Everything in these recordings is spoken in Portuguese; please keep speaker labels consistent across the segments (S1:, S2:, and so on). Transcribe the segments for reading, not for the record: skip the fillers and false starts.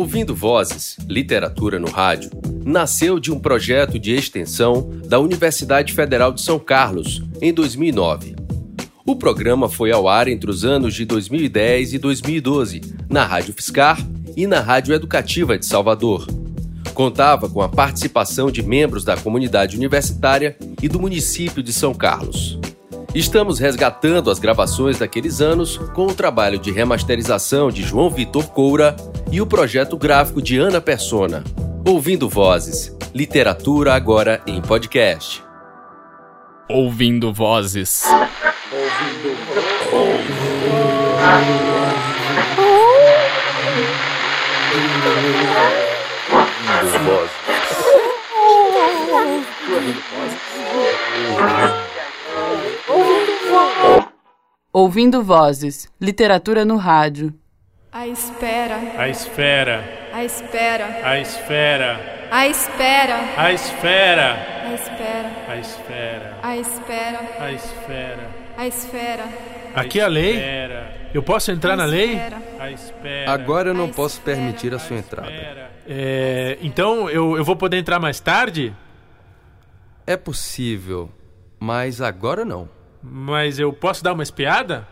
S1: Ouvindo Vozes, Literatura no Rádio, nasceu de um projeto de extensão da Universidade Federal de São Carlos, em 2009. O programa foi ao ar entre os anos de 2010 e 2012, na Rádio Fiscar e na Rádio Educativa de Salvador. Contava com a participação de membros da comunidade universitária e do município de São Carlos. Estamos resgatando as gravações daqueles anos com o trabalho de remasterização de João Vitor Coura e o projeto gráfico de Ana Persona. Ouvindo Vozes, Literatura agora em podcast.
S2: Ouvindo Vozes.
S3: Ouvindo Vozes, Literatura no Rádio.
S4: A espera.
S5: A esfera.
S4: A espera.
S5: A esfera.
S4: A espera.
S5: A esfera.
S4: A espera.
S5: A esfera.
S4: A espera.
S5: A esfera.
S4: A esfera.
S5: Aqui é a lei? Eu posso entrar na lei?
S4: A
S5: espera.
S6: Agora eu não posso permitir a sua entrada.
S5: Então eu vou poder entrar mais tarde?
S6: É possível, mas agora não.
S5: Mas eu posso dar uma espiada?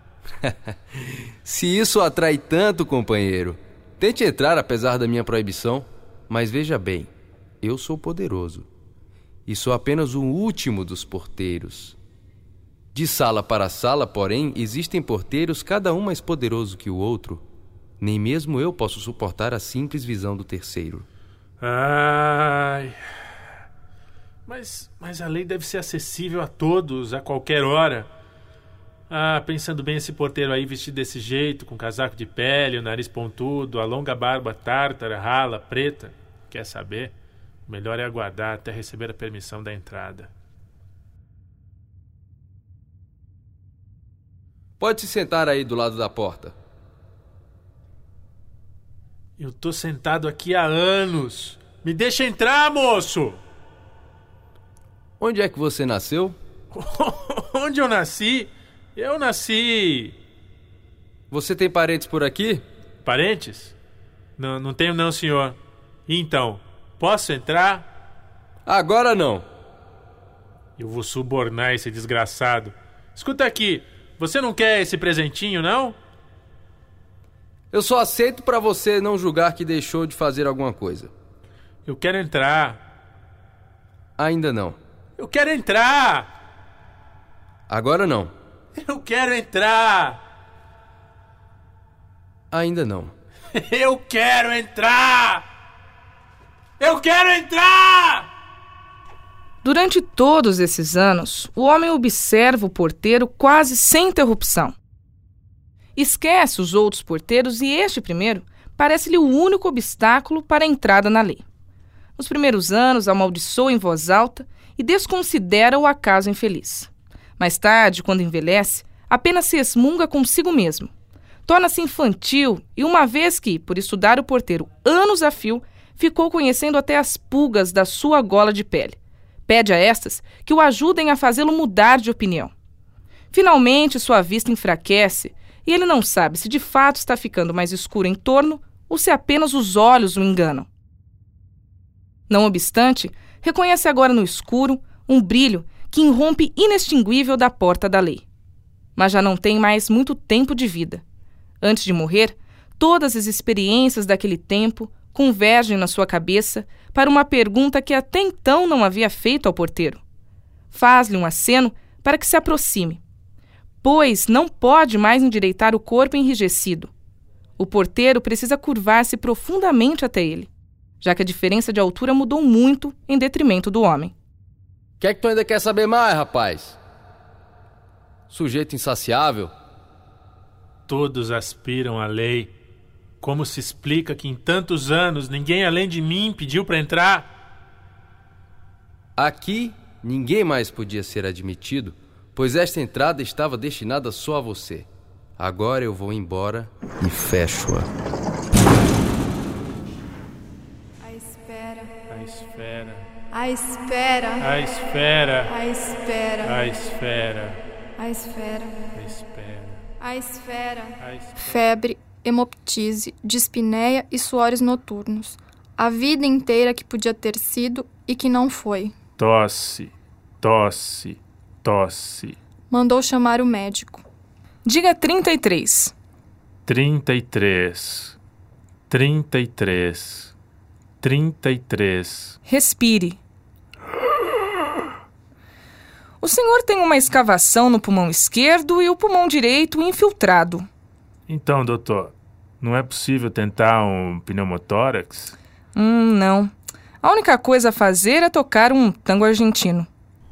S6: Se isso atrai tanto, companheiro, tente entrar apesar da minha proibição. Mas veja bem, eu sou poderoso e sou apenas o último dos porteiros. De sala para sala, porém, existem porteiros, cada um mais poderoso que o outro. Nem mesmo eu posso suportar a simples visão do terceiro.
S5: Ai... Mas a lei deve ser acessível a todos, a qualquer hora. Pensando bem, esse porteiro aí vestido desse jeito, com casaco de pele, o nariz pontudo, a longa barba tártara, rala, preta. Quer saber? O melhor é aguardar até receber a permissão da entrada.
S6: Pode se sentar aí do lado da porta.
S5: Eu tô sentado aqui há anos. Me deixa entrar, moço!
S6: Onde é que você nasceu?
S5: Onde eu nasci? Eu nasci...
S6: Você tem parentes por aqui?
S5: Parentes? Não tenho não, senhor. E então, posso entrar?
S6: Agora não.
S5: Eu vou subornar esse desgraçado. Escuta aqui, você não quer esse presentinho, não?
S6: Eu só aceito pra você não julgar que deixou de fazer alguma coisa.
S5: Eu quero entrar.
S6: Ainda não.
S5: Eu quero entrar!
S6: Agora não.
S5: Eu quero entrar!
S6: Ainda não.
S5: Eu quero entrar! Eu quero entrar!
S3: Durante todos esses anos, o homem observa o porteiro quase sem interrupção. Esquece os outros porteiros e este primeiro parece-lhe o único obstáculo para a entrada na lei. Nos primeiros anos, amaldiçoa em voz alta e desconsidera o acaso infeliz. Mais tarde, quando envelhece, apenas se exmunga consigo mesmo. Torna-se infantil e, uma vez que, por estudar o porteiro anos a fio, ficou conhecendo até as pulgas da sua gola de pele. Pede a estas que o ajudem a fazê-lo mudar de opinião. Finalmente, sua vista enfraquece e ele não sabe se de fato está ficando mais escuro em torno ou se apenas os olhos o enganam. Não obstante, reconhece agora no escuro um brilho que irrompe inextinguível da porta da lei. Mas já não tem mais muito tempo de vida. Antes de morrer, todas as experiências daquele tempo convergem na sua cabeça para uma pergunta que até então não havia feito ao porteiro. Faz-lhe um aceno para que se aproxime, pois não pode mais endireitar o corpo enrijecido. O porteiro precisa curvar-se profundamente até ele, já que a diferença de altura mudou muito em detrimento do homem.
S6: O que é que tu ainda quer saber mais, rapaz? Sujeito insaciável.
S5: Todos aspiram à lei. Como se explica que em tantos anos ninguém além de mim pediu para entrar?
S6: Aqui, ninguém mais podia ser admitido, pois esta entrada estava destinada só a você. Agora eu vou embora e fecho-a.
S4: A espera.
S5: A esfera.
S4: A espera.
S5: A esfera.
S4: A espera.
S5: A esfera.
S4: A esfera.
S5: A esfera.
S4: A esfera.
S5: A esfera.
S4: Febre
S7: hemoptise, dispneia e suores noturnos. A vida inteira que podia ter sido e que não foi.
S5: Tosse, tosse, tosse.
S7: Mandou chamar o médico.
S3: Diga 33.
S5: 33, 33, 33.
S3: Respire. O senhor tem uma escavação no pulmão esquerdo e o pulmão direito infiltrado.
S5: Então, doutor, não é possível tentar um pneumotórax?
S3: Não. A única coisa a fazer é tocar um tango argentino.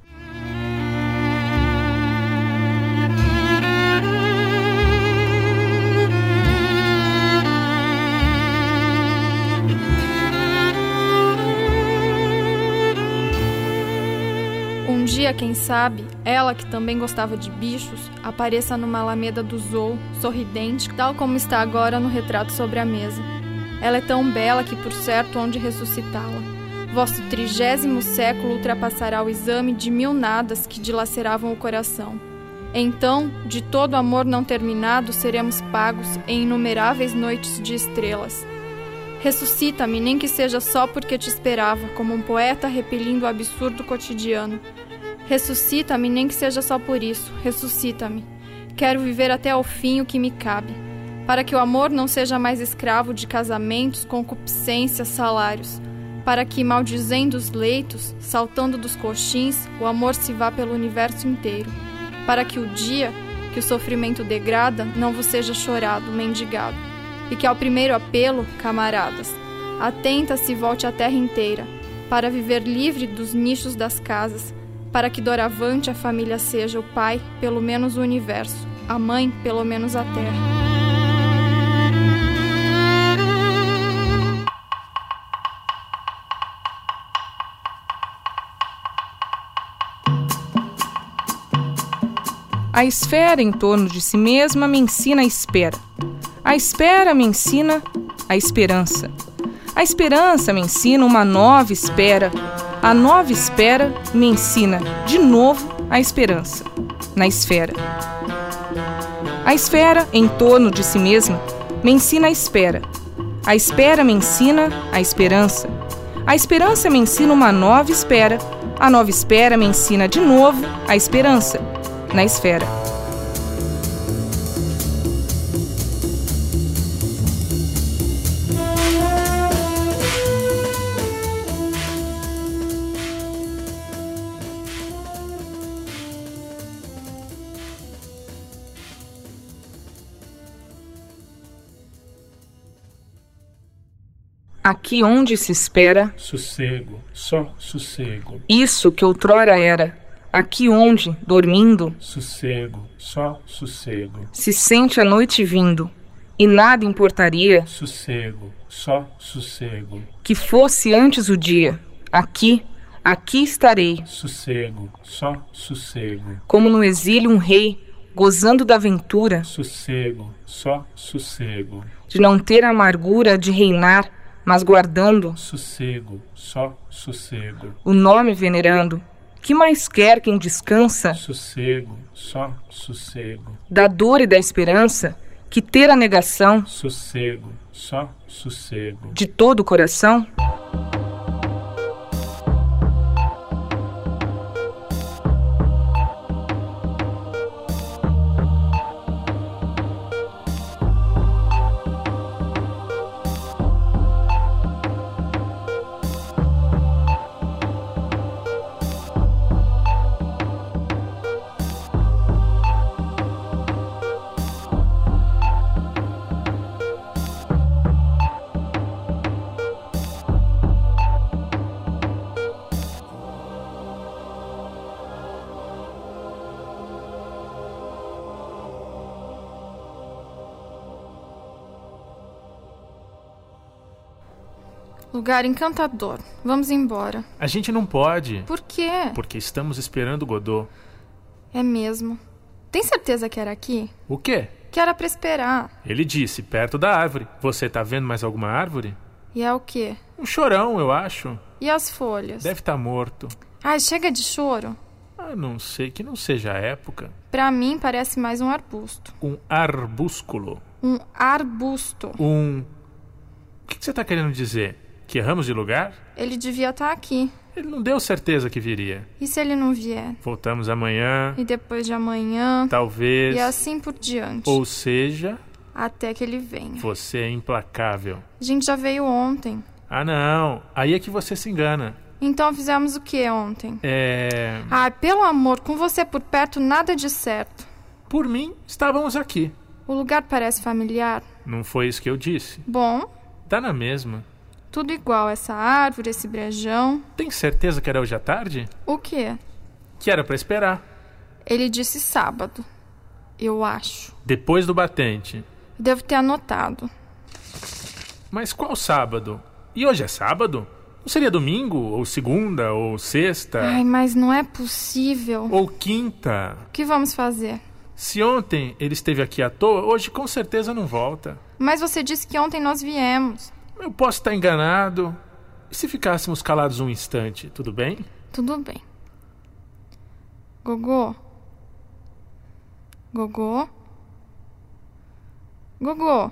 S7: Um dia, quem sabe, ela, que também gostava de bichos, apareça numa alameda do zoo, sorridente, tal como está agora no retrato sobre a mesa. Ela é tão bela que, por certo, hão de ressuscitá-la. Vosso 30º século ultrapassará o exame de 1000 nadas que dilaceravam o coração. Então, de todo amor não terminado, seremos pagos em inumeráveis noites de estrelas. Ressuscita-me, nem que seja só porque te esperava, como um poeta repelindo o absurdo cotidiano. Ressuscita-me, nem que seja só por isso. Ressuscita-me. Quero viver até ao fim o que me cabe, para que o amor não seja mais escravo de casamentos, concupiscências, salários, para que, maldizendo os leitos, saltando dos coxins, o amor se vá pelo universo inteiro, para que o dia que o sofrimento degrada não vos seja chorado, mendigado, e que ao primeiro apelo, camaradas, atenta se volte a terra inteira, para viver livre dos nichos das casas, para que doravante a família seja o pai, pelo menos o universo, a mãe, pelo menos a terra.
S3: A esfera em torno de si mesma me ensina a espera. A espera me ensina a esperança. A esperança me ensina uma nova espera. A nova espera me ensina, de novo, a esperança, na esfera. A esfera em torno de si mesma me ensina a espera. A espera me ensina a esperança. A esperança me ensina uma nova espera. A nova espera me ensina, de novo, a esperança, na esfera. Aqui onde se espera,
S5: Sossego, só sossego.
S3: isso que outrora era. Aqui onde, dormindo,
S5: Sossego, só sossego.
S3: se sente a noite vindo, e nada importaria
S5: Sossego, só sossego.
S3: que fosse antes o dia. Aqui estarei,
S5: Sossego, só sossego.
S3: como no exílio um rei, gozando da aventura
S5: Sossego, só sossego.
S3: de não ter a amargura de reinar, mas guardando
S5: Sossego, só sossego.
S3: o nome venerando. Que mais quer quem descansa
S5: Sossego, só sossego.
S3: da dor e da esperança que ter a negação
S5: Sossego, só sossego.
S3: de todo o coração?
S7: Lugar encantador. Vamos embora.
S5: A gente não pode,
S7: Por quê?
S5: porque estamos esperando o Godot.
S7: É mesmo. Tem certeza que era aqui?
S5: O quê?
S7: Que era pra esperar.
S5: Ele disse, perto da árvore. Você tá vendo mais alguma árvore?
S7: E é o quê?
S5: Um chorão, eu acho.
S7: E as folhas?
S5: Deve estar morto.
S7: Ai, chega de choro.
S5: A não ser que não seja a época.
S7: Pra mim parece mais um arbusto.
S5: Um arbúsculo.
S7: Um arbusto.
S5: O que você está querendo dizer? Que erramos de lugar?
S7: Ele devia estar aqui.
S5: Ele não deu certeza que viria.
S7: E se ele não vier?
S5: Voltamos amanhã.
S7: E depois de amanhã?
S5: Talvez.
S7: E assim por diante.
S5: Ou seja...
S7: Até que ele venha.
S5: Você é implacável.
S7: A gente já veio ontem.
S5: Ah, não. Aí é que você se engana.
S7: Então fizemos o que ontem? Ah, pelo amor, com você por perto nada de certo.
S5: Por mim, estávamos aqui.
S7: O lugar parece familiar?
S5: Não foi isso que eu disse.
S7: Bom.
S5: Dá na mesma.
S7: Tudo igual, essa árvore, esse brejão.
S5: Tem certeza que era hoje à tarde?
S7: O quê?
S5: Que era pra esperar.
S7: Ele disse sábado. Eu acho.
S5: Depois do batente.
S7: Devo ter anotado.
S5: Mas qual sábado? E hoje é sábado? Não seria domingo, ou segunda, ou sexta?
S7: Ai, mas não é possível.
S5: Ou quinta?
S7: O que vamos fazer?
S5: Se ontem ele esteve aqui à toa, hoje com certeza não volta.
S7: Mas você disse que ontem nós viemos.
S5: Eu posso estar enganado. E se ficássemos calados um instante, tudo bem?
S7: Tudo bem. Gogô? Gogô? Gogô?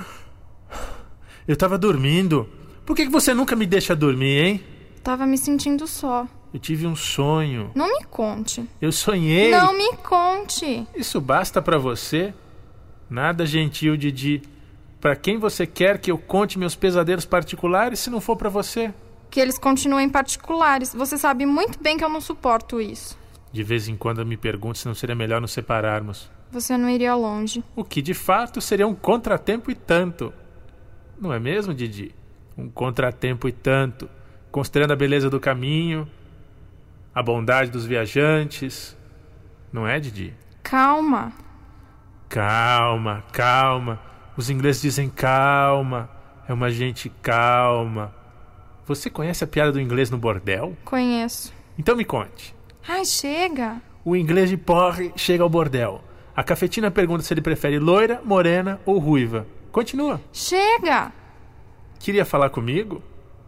S5: Eu tava dormindo. Por que você nunca me deixa dormir, hein?
S7: Tava me sentindo só.
S5: Eu tive um sonho.
S7: Não me conte.
S5: Eu sonhei.
S7: Não me conte.
S5: Isso basta pra você? Nada gentil, Didi. Pra quem você quer que eu conte meus pesadelos particulares se não for pra você?
S7: Que eles continuem particulares. Você sabe muito bem que eu não suporto isso.
S5: De vez em quando eu me pergunto se não seria melhor nos separarmos.
S7: Você não iria longe.
S5: O que de fato seria um contratempo e tanto. Não é mesmo, Didi? Um contratempo e tanto, considerando a beleza do caminho, a bondade dos viajantes. Não é, Didi?
S7: Calma.
S5: Calma, calma. Os ingleses dizem calma. É uma gente calma. Você conhece a piada do inglês no bordel?
S7: Conheço.
S5: Então me conte.
S7: Ai, chega.
S5: O inglês de porre chega ao bordel. A cafetina pergunta se ele prefere loira, morena ou ruiva. Continua.
S7: Chega!
S5: Queria falar comigo?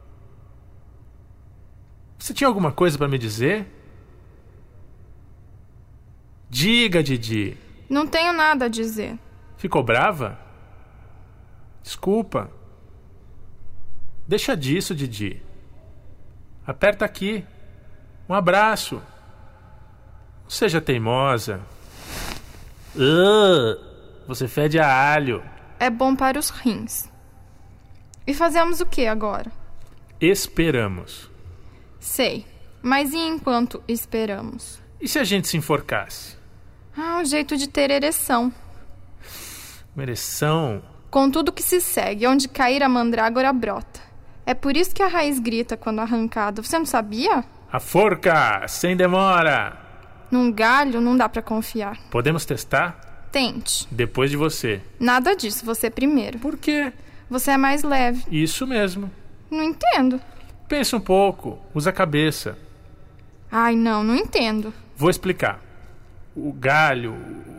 S5: Você tinha alguma coisa para me dizer? Diga, Didi.
S7: Não tenho nada a dizer.
S5: Ficou brava? Desculpa. Deixa disso, Didi. Aperta aqui. Um abraço. Não seja teimosa. Você fede a alho.
S7: É bom para os rins. E fazemos o que agora?
S5: Esperamos.
S7: Sei. Mas e enquanto esperamos?
S5: E se a gente se enforcasse?
S7: Ah, um jeito de ter ereção.
S5: Uma ereção?
S7: Com tudo que se segue, onde cair a mandrágora brota. É por isso que a raiz grita quando arrancada. Você não sabia?
S5: A forca, sem demora.
S7: Num galho não dá pra confiar.
S5: Podemos testar?
S7: Tente.
S5: Depois de você.
S7: Nada disso, você primeiro.
S5: Por quê?
S7: Você é mais leve.
S5: Isso mesmo.
S7: Não entendo.
S5: Pensa um pouco, usa a cabeça.
S7: Ai, não entendo.
S5: Vou explicar. O galho...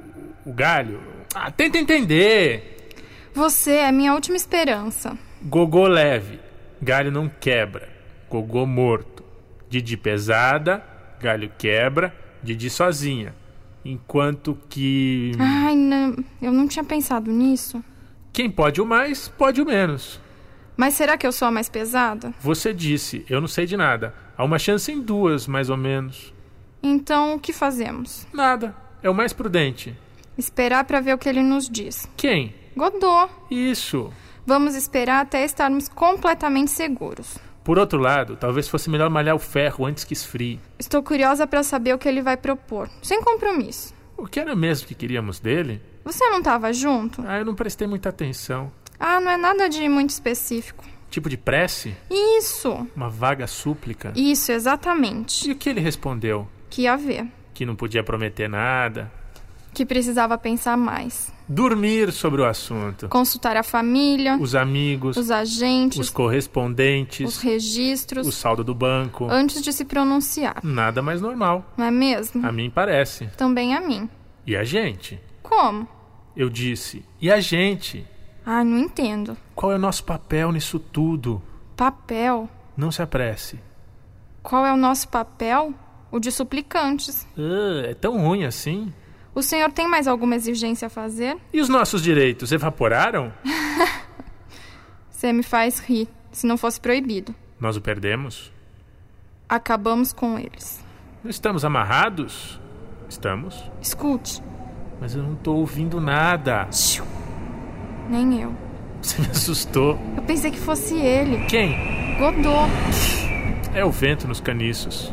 S5: tenta entender.
S7: Você é minha última esperança.
S5: Gogô leve, galho não quebra. Gogô morto. Didi pesada, galho quebra. Didi sozinha. Enquanto que...
S7: Ai, não, eu não tinha pensado nisso.
S5: Quem pode o mais, pode o menos.
S7: Mas será que eu sou a mais pesada?
S5: Você disse, eu não sei de nada. Há uma chance em 2, mais ou menos.
S7: Então, o que fazemos?
S5: Nada, é o mais prudente.
S7: Esperar pra ver o que ele nos diz.
S5: Quem?
S7: Godot.
S5: Isso.
S7: Vamos esperar até estarmos completamente seguros.
S5: Por outro lado, talvez fosse melhor malhar o ferro antes que esfrie.
S7: Estou curiosa pra saber o que ele vai propor, sem compromisso.
S5: O que era mesmo que queríamos dele?
S7: Você não estava junto?
S5: Eu não prestei muita atenção.
S7: Não é nada de muito específico.
S5: Tipo de prece?
S7: Isso.
S5: Uma vaga súplica?
S7: Isso, exatamente.
S5: E o que ele respondeu?
S7: Que ia ver.
S5: Que não podia prometer nada.
S7: Que precisava pensar mais.
S5: Dormir sobre o assunto.
S7: Consultar a família.
S5: Os amigos.
S7: Os agentes.
S5: Os correspondentes.
S7: Os registros.
S5: O saldo do banco.
S7: Antes de se pronunciar.
S5: Nada mais normal.
S7: Não é mesmo?
S5: A mim parece.
S7: Também a mim.
S5: E a gente?
S7: Como?
S5: Eu disse, e a gente?
S7: Não entendo.
S5: Qual é o nosso papel nisso tudo?
S7: Papel?
S5: Não se apresse.
S7: Qual é o nosso papel? O de suplicantes.
S5: É tão ruim assim?
S7: O senhor tem mais alguma exigência a fazer?
S5: E os nossos direitos evaporaram?
S7: Você me faz rir, se não fosse proibido.
S5: Nós o perdemos?
S7: Acabamos com eles.
S5: Não estamos amarrados? Estamos?
S7: Escute.
S5: Mas eu não tô ouvindo nada.
S7: Nem eu.
S5: Você me assustou.
S7: Eu pensei que fosse ele.
S5: Quem?
S7: Godot.
S5: É o vento nos caniços.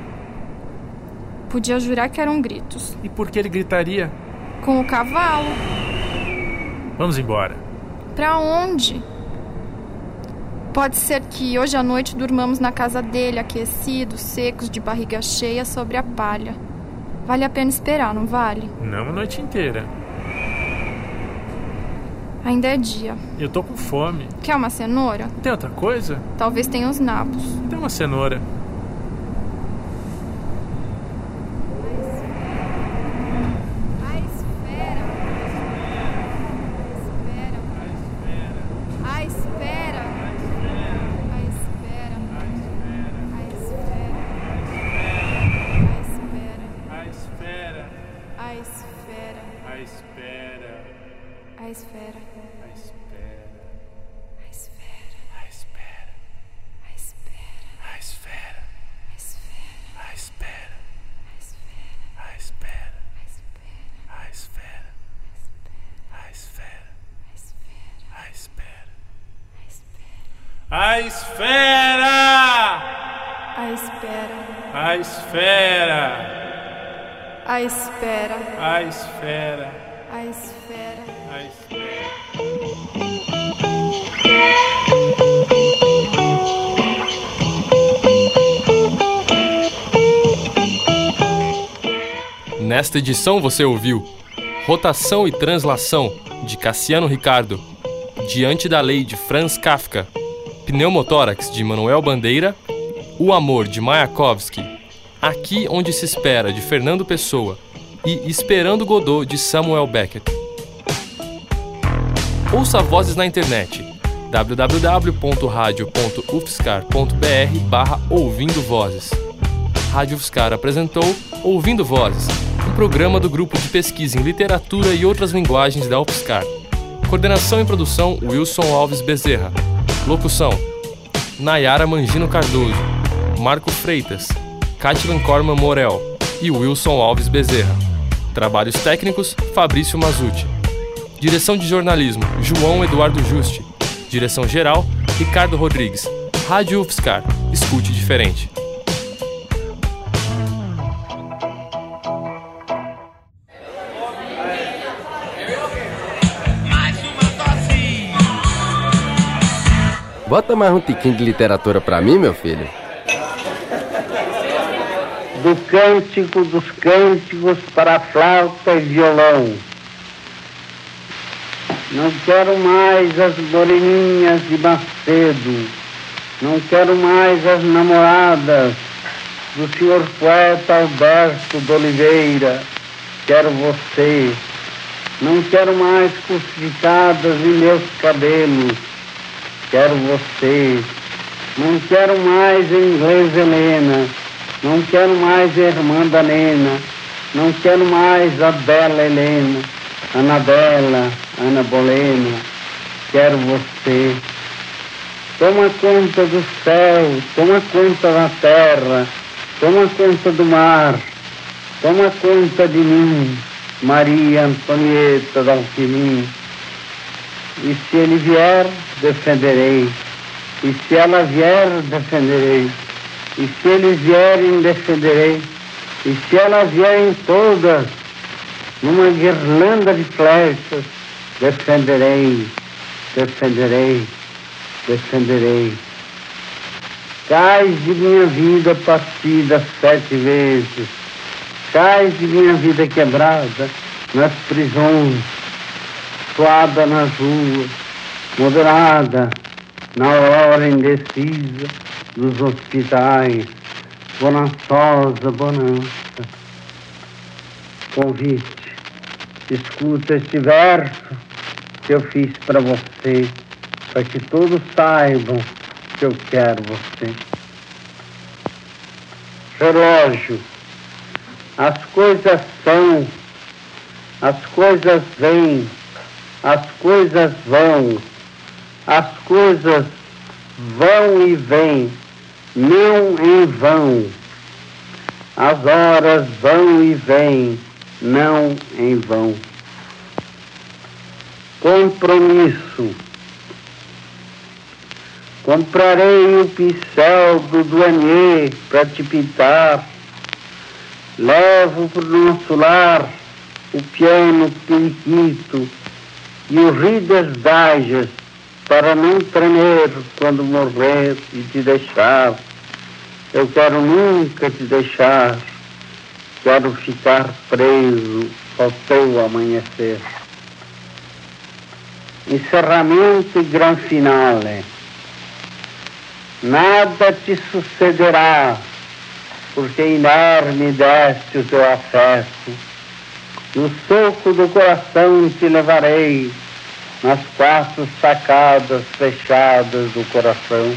S7: Podia jurar que eram gritos.
S5: E por que ele gritaria?
S7: Com o cavalo.
S5: Vamos embora.
S7: Pra onde? Pode ser que hoje à noite durmamos na casa dele, aquecidos, secos, de barriga cheia, sobre a palha. Vale a pena esperar, não vale?
S5: Não a noite inteira.
S7: Ainda é dia.
S5: Eu tô com fome.
S7: Quer uma cenoura?
S5: Tem outra coisa?
S7: Talvez tenha os nabos.
S5: Tem uma cenoura. A esfera!
S7: A espera.
S5: A esfera!
S7: A espera.
S5: A esfera!
S7: A esfera.
S5: A esfera!
S2: Nesta edição você ouviu Rotação e Translação, de Cassiano Ricardo, Diante da Lei, de Franz Kafka, Pneumotórax, de Manuel Bandeira, O Amor, de Mayakovsky, Aqui Onde Se Espera, de Fernando Pessoa e Esperando Godot, de Samuel Beckett. Ouça Vozes na internet, www.radio.ufscar.br/ouvindo vozes. Rádio UFSCar apresentou Ouvindo Vozes, um programa do Grupo de Pesquisa em Literatura e Outras Linguagens da UFSCar. Coordenação e produção, Wilson Alves Bezerra. Locução, Nayara Mangino Cardoso, Marco Freitas, Catilan Corman Morel e Wilson Alves Bezerra. Trabalhos técnicos, Fabrício Mazucci. Direção de jornalismo, João Eduardo Juste. Direção geral, Ricardo Rodrigues. Rádio UFSCar. Escute diferente.
S1: Bota mais um tiquinho de literatura pra mim, meu filho.
S8: Do Cântico dos Cânticos para flauta e violão. Não quero mais as moreninhas de Macedo. Não quero mais as namoradas do senhor poeta Alberto de Oliveira. Quero você. Não quero mais crucificadas em meus cabelos. Quero você. Não quero mais a inglês Helena. Não quero mais a irmã da Nena. Não quero mais a bela Helena. Anabela, Ana Bolena. Quero você. Toma conta do céu. Toma conta da terra. Toma conta do mar. Toma conta de mim, Maria Antonieta d'Alquimim. E se ele vier, defenderei. E se ela vier, defenderei. E se eles vierem, defenderei. E se elas vierem todas, numa guirlanda de flechas, defenderei, defenderei, defenderei. Cais de minha vida partida 7 vezes. Cais de minha vida quebrada nas prisões, suada nas ruas, moderada na hora indecisa dos hospitais, bonançosa bonança. Convite, escuta este verso que eu fiz para você, para que todos saibam que eu quero você. Relógio, as coisas são As coisas vêm, as coisas vão, as coisas vão e vêm, não em vão. As horas vão e vêm, não em vão. Compromisso. Comprarei o pincel do douanier para te pintar. Levo para o nosso lar o piano periquito e o Reader's Digest para não tremer quando morrer e te deixar. Eu quero nunca te deixar, quero ficar preso ao teu amanhecer. Encerramento e gran finale. Nada te sucederá, porque inerme deste o teu afeto. No soco do coração te levarei, nas 4 sacadas fechadas do coração.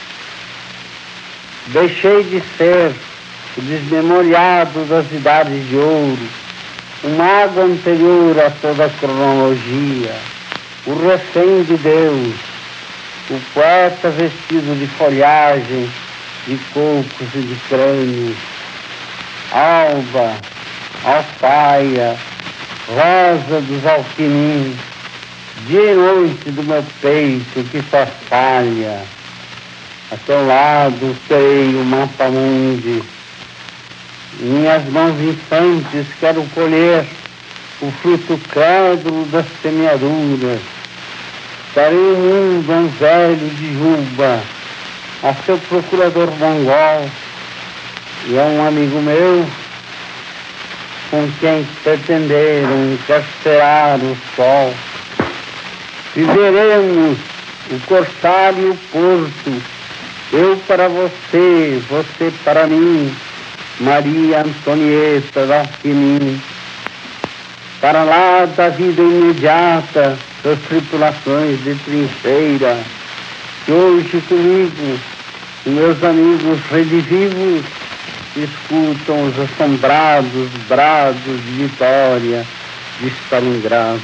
S8: Deixei de ser o desmemoriado das idades de ouro, o mago anterior a toda a cronologia, o refém de Deus, o poeta vestido de folhagem, de cocos e de crânios, alba, alfaia, rosa dos alquimins, dia e noite do meu peito que só falha. A teu lado sei o mapa mundi. Minhas mãos infantes quero colher o fruto crédulo das semeaduras. Darei o mundo a um velho de juba, a seu procurador mongol e a um amigo meu com quem pretenderam encarcerar o sol. Viveremos o corsário e o porto, eu para você, você para mim, Maria Antonieta da Alquimim. Para lá da vida imediata, das tripulações de trincheira, que hoje comigo, os meus amigos redivivos, escutam os assombrados brados de vitória de Stalingrado.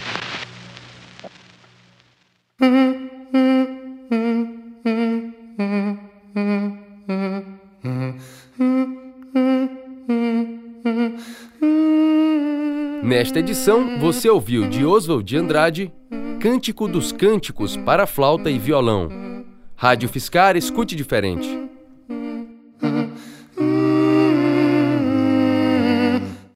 S6: Nesta edição, você ouviu de Oswald de Andrade, Cântico dos Cânticos para flauta e violão. Rádio Fiscar, escute diferente.